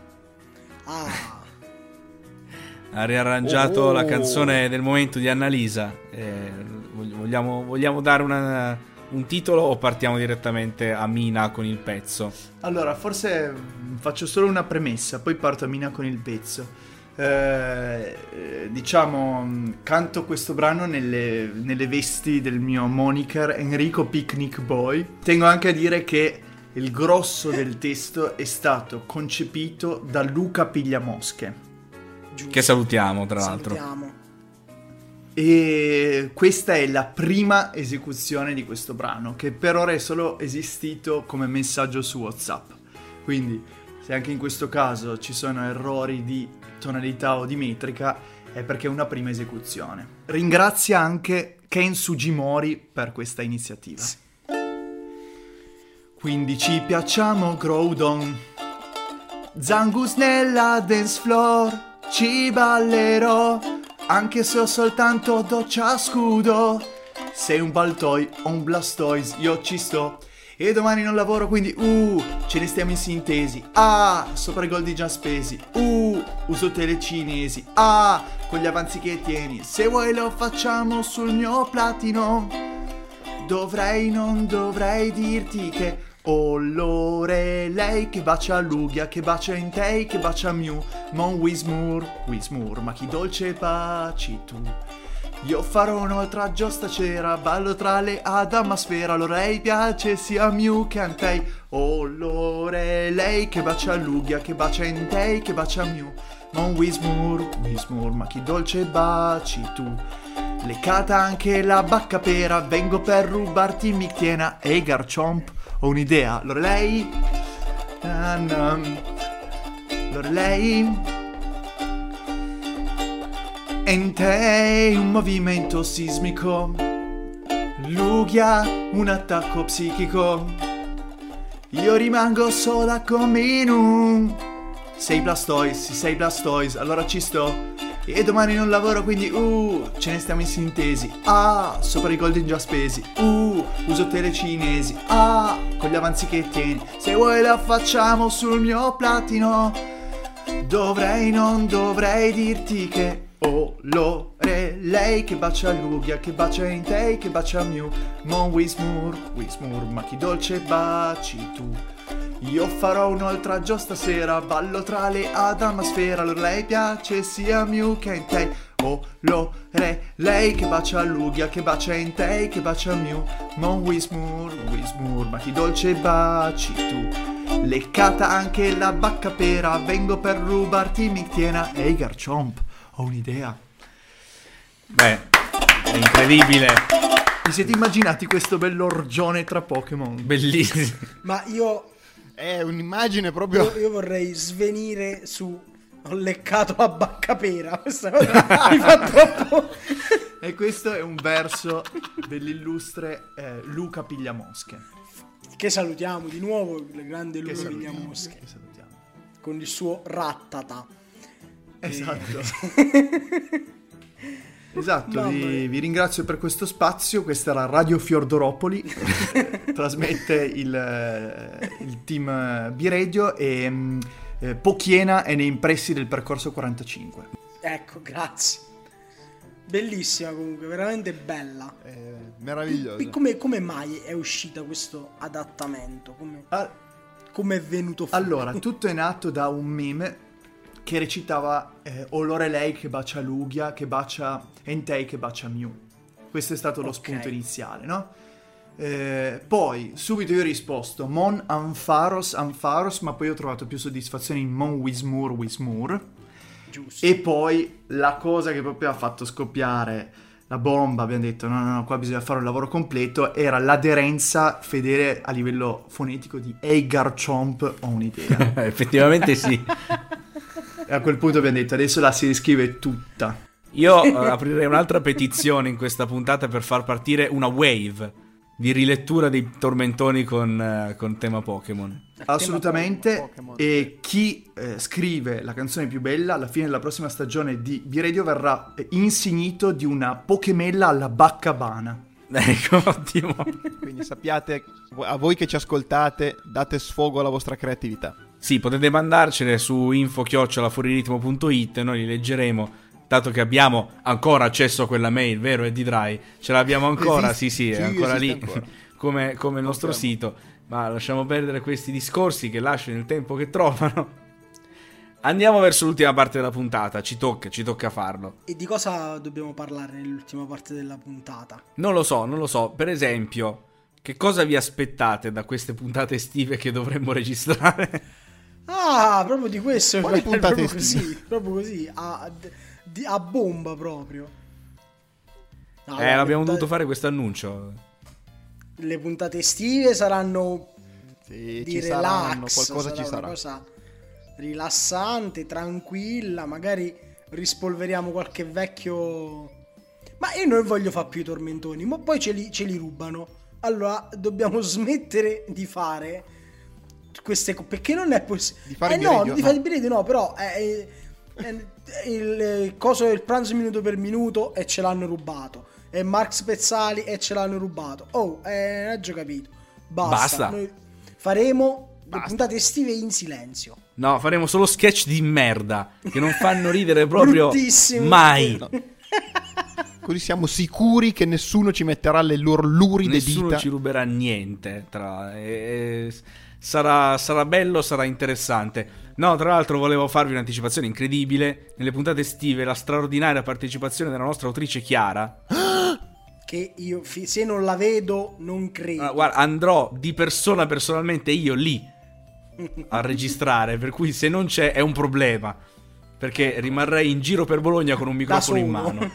la canzone del momento di Annalisa. Vogliamo dare un titolo o partiamo direttamente a Mina con il pezzo?
Allora, forse faccio solo una premessa, poi parto a Mina con il pezzo. Diciamo, canto questo brano nelle vesti del mio moniker Enrico Picnic Boy. Tengo anche a dire che il grosso del testo è stato concepito da Luca Pigliamosche,
Giusto.
Che salutiamo, tra l'altro.
Salutiamo.
e questa è la prima esecuzione di questo brano, che per ora è solo esistito come messaggio su WhatsApp. Quindi se anche in questo caso ci sono errori di tonalità o di metrica, è perché è una prima esecuzione. Ringrazia anche Ken Sugimori per questa iniziativa. Quindi ci piacciamo Groudon, Zangus nella dance floor, ci ballerò, anche se ho soltanto doccia scudo. Sei un Baltoy o un Blastoise, io ci sto. E domani non lavoro, quindi ce ne stiamo in sintesi. Sopra i goldi già spesi. Uso telecinesi. Con gli avanzi che tieni. Se vuoi lo facciamo sul mio platino. Non dovrei dirti che Lorelei che bacia Lugia, che bacia Entei, che bacia Mew. Mon Whismur, ma chi dolce baci tu. Io farò un'altra giostra cera, ballo tra le Adamasfera. Lorelei piace sia Mew che Entei. Lorelei che bacia Lugia, che bacia Entei, che bacia Mew. Mon Whismur, ma chi dolce baci tu. Leccata anche la baccapera, vengo per rubarti Mictiena. Ehi Garchomp, ho un'idea. Lorelei, Lorelei, Entei un movimento sismico, Lugia un attacco psichico. Io rimango sola con Minu. Sei Blastoise, allora ci sto. E domani non lavoro, quindi ce ne stiamo in sintesi. Sopra i golden già spesi. Uso telecinesi. Con gli avanzi che tieni. Se vuoi la facciamo sul mio platino. Non dovrei dirti che Lorelei che bacia Lugia, che bacia Entei, che bacia Mew. Mon Whismur, ma chi dolce baci tu. Io farò un'altra giostra stasera, ballo tra le Adamasfera. Lorelei piace sia Mew che Entei. Lorelei che bacia Lugia, che bacia Entei, che bacia Mew. Mon Whismur, ma chi dolce baci tu. Leccata anche la baccapera, vengo per rubarti Mictiena. Ehi Garchomp, ho un'idea.
Beh, è incredibile.
Vi siete immaginati questo bell'orgione tra Pokémon?
Bellissimo.
Ma io...
È un'immagine proprio...
Io vorrei svenire su... Ho leccato la baccapera. Questa cosa mi fa troppo...
E questo è un verso dell'illustre Luca Pigliamosche.
Che salutiamo di nuovo, il grande Luca Pigliamosche.
Che salutiamo.
Con il suo rattata.
Esatto. Esatto, vi ringrazio per questo spazio. Questa era Radio Fiordoropoli. Trasmette il team B-Radio e Pochiena è nei pressi del percorso 45.
Ecco, grazie. Bellissima comunque, veramente bella.
Meravigliosa.
Come mai è uscita questo adattamento? Come è venuto fuori?
Allora, tutto è nato da un meme che recitava Lorelei che bacia Lugia, che bacia Entei, che bacia Mew. Questo è stato lo spunto iniziale, no? Poi subito io ho risposto Mon Ampharos, ma poi ho trovato più soddisfazione in Mon Whismur.
Giusto.
E poi la cosa che proprio ha fatto scoppiare la bomba, abbiamo detto no, qua bisogna fare un lavoro completo, era l'aderenza fedele a livello fonetico di Ehi Garchomp, ho un'idea.
Effettivamente sì.
E a quel punto abbiamo detto adesso la si riscrive tutta.
Io aprirei un'altra petizione in questa puntata per far partire una wave di rilettura dei tormentoni con tema Pokémon.
Assolutamente.
Pokémon.
E chi scrive la canzone più bella alla fine della prossima stagione di B-Radio verrà insignito di una Pokémella alla Baccabana.
Ecco, ottimo.
Quindi sappiate, a voi che ci ascoltate, date sfogo alla vostra creatività.
Sì, potete mandarcene su info@fuoriritmo.it e noi li leggeremo. Dato che abbiamo ancora accesso a quella mail, vero Eddie Dry? Ce l'abbiamo ancora? Sì, è ancora lì,
ancora.
come il nostro sito. Ma lasciamo perdere questi discorsi che lasciano il tempo che trovano. Andiamo verso l'ultima parte della puntata, ci tocca farlo.
E di cosa dobbiamo parlare nell'ultima parte della puntata?
Non lo so. Per esempio, che cosa vi aspettate da queste puntate estive che dovremmo registrare?
Proprio di questo.
Quali puntate
proprio estive? Proprio così, a bomba proprio. No,
abbiamo dovuto fare questo annuncio.
Le puntate estive saranno
Sì,
di
ci
relax,
saranno, qualcosa ci
una
sarà.
cosa rilassante, tranquilla, magari rispolveriamo qualche vecchio... Ma io non voglio fare più i tormentoni, ma poi ce li rubano. allora dobbiamo smettere di fare queste perché non è possibile.
Di fare
non di fare il Biredio, no, però il coso del pranzo minuto per minuto e ce l'hanno rubato. E Mark Spezzali e ce l'hanno rubato. Non ho già capito. Basta. Noi faremo le puntate estive in silenzio.
No, faremo solo sketch di merda che non fanno ridere proprio mai.
No. Così siamo sicuri che nessuno ci metterà le loro luride dita.
Nessuno ci ruberà niente. Sarà bello, sarà interessante. No, tra l'altro volevo farvi un'anticipazione incredibile. Nelle puntate estive la straordinaria partecipazione della nostra autrice Chiara.
Che io, se non la vedo, non credo.
Guarda, andrò di persona, personalmente io lì a registrare, per cui se non c'è è un problema, perché rimarrei in giro per Bologna con un microfono in mano.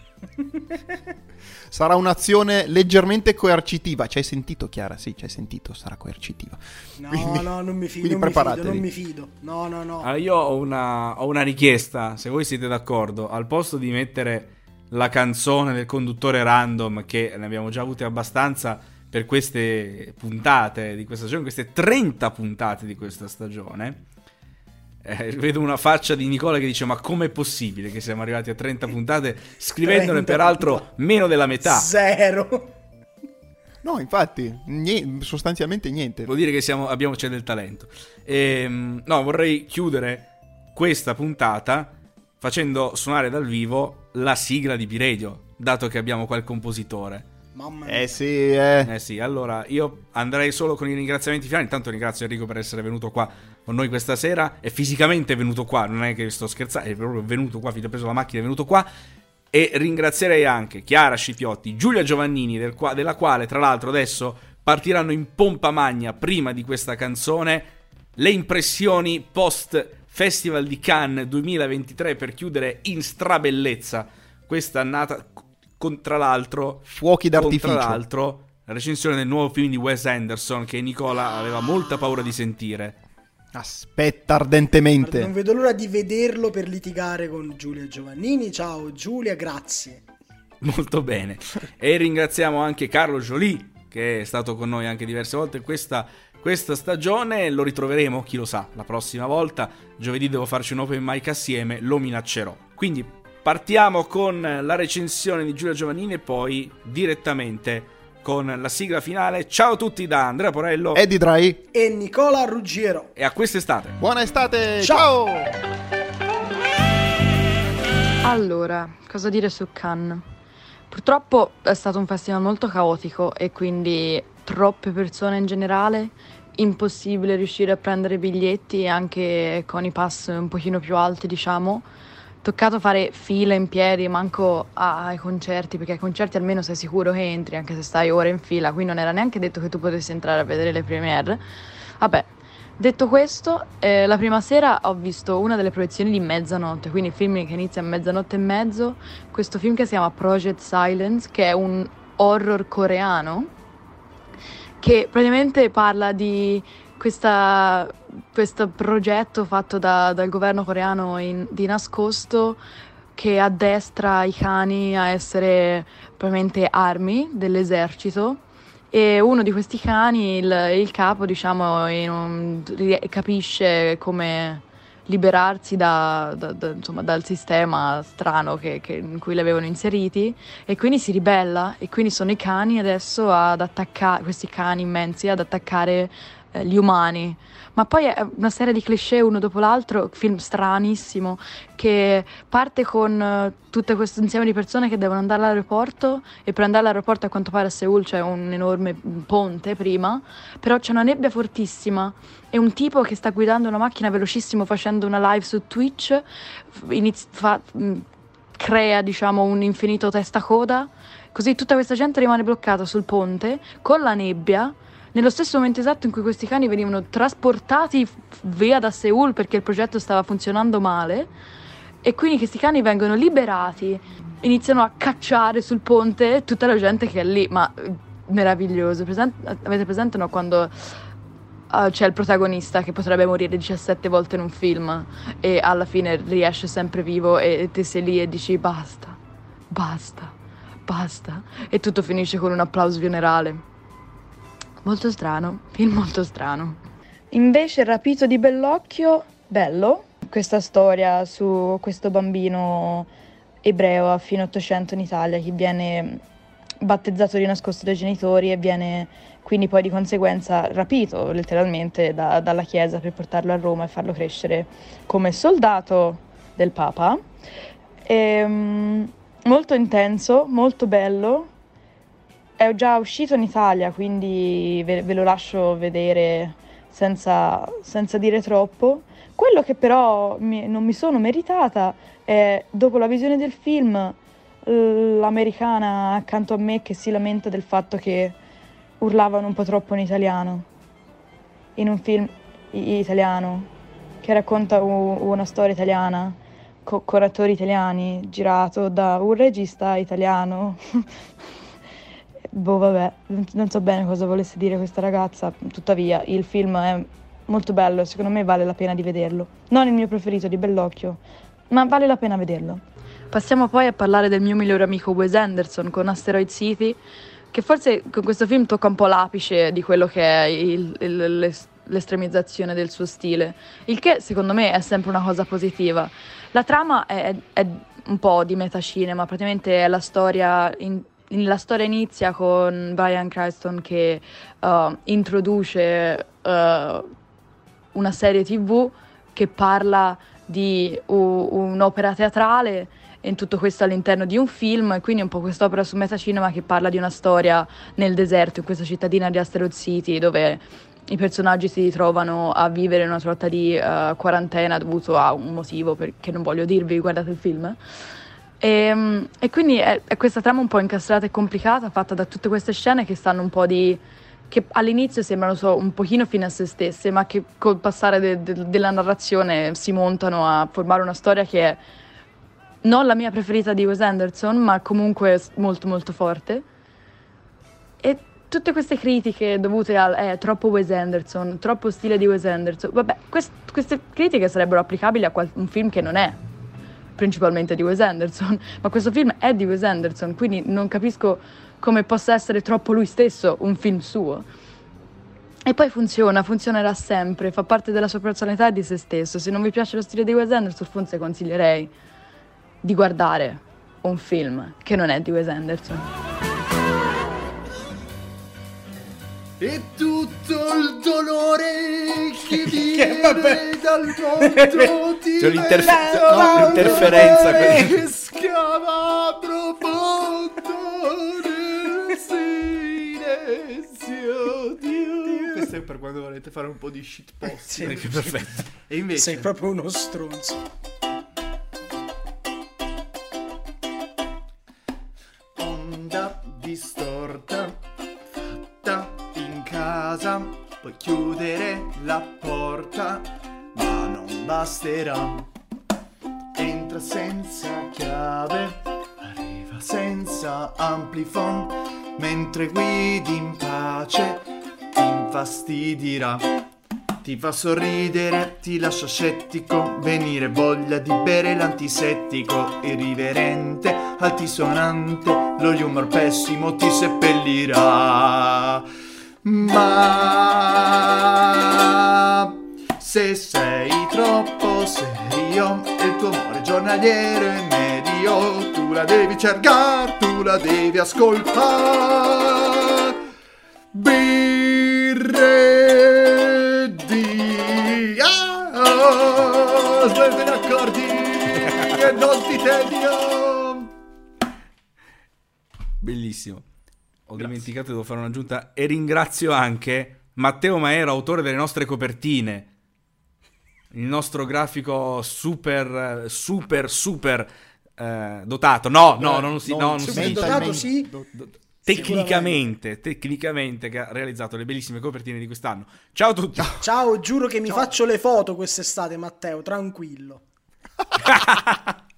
Sarà un'azione leggermente coercitiva. Ci hai sentito, Chiara? Sì, ci hai sentito, sarà coercitiva.
No, non mi fido, non mi fido. No.
Allora, io ho una richiesta, se voi siete d'accordo. Al posto di mettere la canzone del conduttore random, che ne abbiamo già avute abbastanza per queste puntate di questa stagione, queste 30 puntate di questa stagione, vedo una faccia di Nicola che dice: ma com'è possibile che siamo arrivati a 30 puntate, scrivendone peraltro meno della metà?
Zero.
No, infatti, sostanzialmente niente.
Vuol dire che c'è del talento. No, vorrei chiudere questa puntata facendo suonare dal vivo la sigla di Biredio, dato che abbiamo qua il compositore.
Mamma mia.
Sì, allora io andrei solo con i ringraziamenti finali. Intanto ringrazio Enrico per essere venuto qua con noi questa sera. È fisicamente venuto qua, non è che sto scherzando, è proprio venuto qua, ha preso la macchina, è venuto qua. E ringrazierei anche Chiara Scipiotti, Giulia Giovannini, della quale tra l'altro adesso partiranno in pompa magna, prima di questa canzone, le impressioni post Festival di Cannes 2023 per chiudere in strabellezza questa annata. Tra l'altro,
fuochi d'artificio.
Tra l'altro, la recensione del nuovo film di Wes Anderson che Nicola aveva molta paura di sentire.
Aspetta ardentemente.
Guarda, non vedo l'ora di vederlo per litigare con Giulia Giovannini. Ciao Giulia, grazie.
Molto bene. E ringraziamo anche Carlo Joly, che è stato con noi anche diverse volte questa stagione. Lo ritroveremo, chi lo sa, la prossima volta. Giovedì devo farci un open mic assieme, lo minaccerò. Quindi partiamo con la recensione di Giulia Giovannini e poi direttamente con la sigla finale. Ciao a tutti da Andrea Porello,
Eddie Dry
e Nicola Ruggiero.
E a quest'estate.
Buona estate, ciao!
Allora, cosa dire su Cannes? Purtroppo è stato un festival molto caotico e quindi troppe persone in generale, impossibile riuscire a prendere biglietti anche con i pass un pochino più alti, diciamo. Toccato fare fila in piedi, manco ai concerti, perché ai concerti almeno sei sicuro che entri, anche se stai ore in fila. Qui non era neanche detto che tu potessi entrare a vedere le premiere. Vabbè, detto questo, la prima sera ho visto una delle proiezioni di mezzanotte, quindi il film che inizia a mezzanotte e mezzo, questo film che si chiama Project Silence, che è un horror coreano, che praticamente parla di questo progetto fatto dal governo coreano di nascosto, che addestra i cani a essere probabilmente armi dell'esercito, e uno di questi cani, il capo, diciamo, capisce come liberarsi insomma, dal sistema strano in cui li avevano inseriti, e quindi si ribella, e quindi sono i cani adesso ad attaccare, questi cani immensi ad attaccare gli umani. Ma poi è una serie di cliché uno dopo l'altro, film stranissimo, che parte con tutto questo insieme di persone che devono andare all'aeroporto, e per andare all'aeroporto a quanto pare a Seoul c'è un enorme ponte prima, però c'è una nebbia fortissima e un tipo che sta guidando una macchina velocissimo facendo una live su Twitch crea, diciamo, un infinito testacoda, così tutta questa gente rimane bloccata sul ponte con la nebbia, nello stesso momento esatto in cui questi cani venivano trasportati via da Seoul perché il progetto stava funzionando male, e quindi questi cani vengono liberati, iniziano a cacciare sul ponte tutta la gente che è lì, ma meraviglioso. Avete presente, no, quando c'è il protagonista che potrebbe morire 17 volte in un film e alla fine riesce sempre vivo, e te sei lì e dici basta, e tutto finisce con un applauso funerale. Molto strano, film molto strano. Invece Il rapito di Bellocchio, bello. Questa storia su questo bambino ebreo a fine Ottocento in Italia che viene battezzato di nascosto dai genitori e viene quindi poi di conseguenza rapito letteralmente dalla chiesa per portarlo a Roma e farlo crescere come soldato del Papa. Molto intenso, molto bello. È già uscito in Italia, quindi ve lo lascio vedere senza dire troppo. Quello che però non mi sono meritata è, dopo la visione del film, l'americana accanto a me che si lamenta del fatto che urlavano un po' troppo in italiano, in un film italiano che racconta una storia italiana con attori italiani, girato da un regista italiano. Boh, vabbè, non so bene cosa volesse dire questa ragazza, tuttavia il film è molto bello e secondo me vale la pena di vederlo. Non il mio preferito di Bellocchio, ma vale la pena vederlo. Passiamo poi a parlare del mio migliore amico Wes Anderson con Asteroid City, che forse con questo film tocca un po' l'apice di quello che è l'estremizzazione del suo stile, il che secondo me è sempre una cosa positiva. La trama è un po' di metacinema, praticamente è la storia la storia inizia con Bryan Cranston che introduce una serie TV che parla di un'opera teatrale e in tutto questo all'interno di un film, e quindi un po' quest'opera su metacinema che parla di una storia nel deserto, in questa cittadina di Asteroid City, dove i personaggi si ritrovano a vivere una sorta di quarantena dovuto a un motivo che non voglio dirvi, guardate il film. E quindi è questa trama un po' incastrata e complicata, fatta da tutte queste scene che stanno un po' che all'inizio sembrano un pochino fine a se stesse, ma che col passare della narrazione si montano a formare una storia che è non la mia preferita di Wes Anderson, ma comunque molto molto forte. E tutte queste critiche dovute al troppo Wes Anderson, troppo stile di Wes Anderson, vabbè, queste critiche sarebbero applicabili a un film che non è principalmente di Wes Anderson, ma questo film è di Wes Anderson, quindi non capisco come possa essere troppo lui stesso un film suo. E poi funzionerà sempre, fa parte della sua personalità e di se stesso. Se non vi piace lo stile di Wes Anderson, forse consiglierei di guardare un film che non è di Wes Anderson.
E tutto il dolore che viene dal mondo ti
c'è l'interferenza
che scava profondo nel silenzio di... Questo è per quando volete fare un po' di shitpost.
Sì,
perfetto.
E invece
sei proprio uno stronzo.
Onda distorta fatta in casa, puoi chiudere la porta, ma non basterà. Entra senza chiave, arriva senza amplifon, mentre guidi in pace ti infastidirà. Ti fa sorridere, ti lascia scettico, venire voglia di bere l'antisettico, irriverente, altisonante, lo humor pessimo ti seppellirà. Ma se sei troppo serio e il tuo amore giornaliero è medio, tu la devi cercare, tu la devi ascoltare. Birre di svegli accordi e non ti tedio.
Bellissimo. Ho dimenticato, devo fare un'aggiunta. E ringrazio anche Matteo Maero, autore delle nostre copertine. Il nostro grafico super dotato. Non si
dotato, sì.
Tecnicamente che ha realizzato le bellissime copertine di quest'anno. Ciao a tutti.
Ciao, giuro che mi faccio le foto quest'estate, Matteo, tranquillo.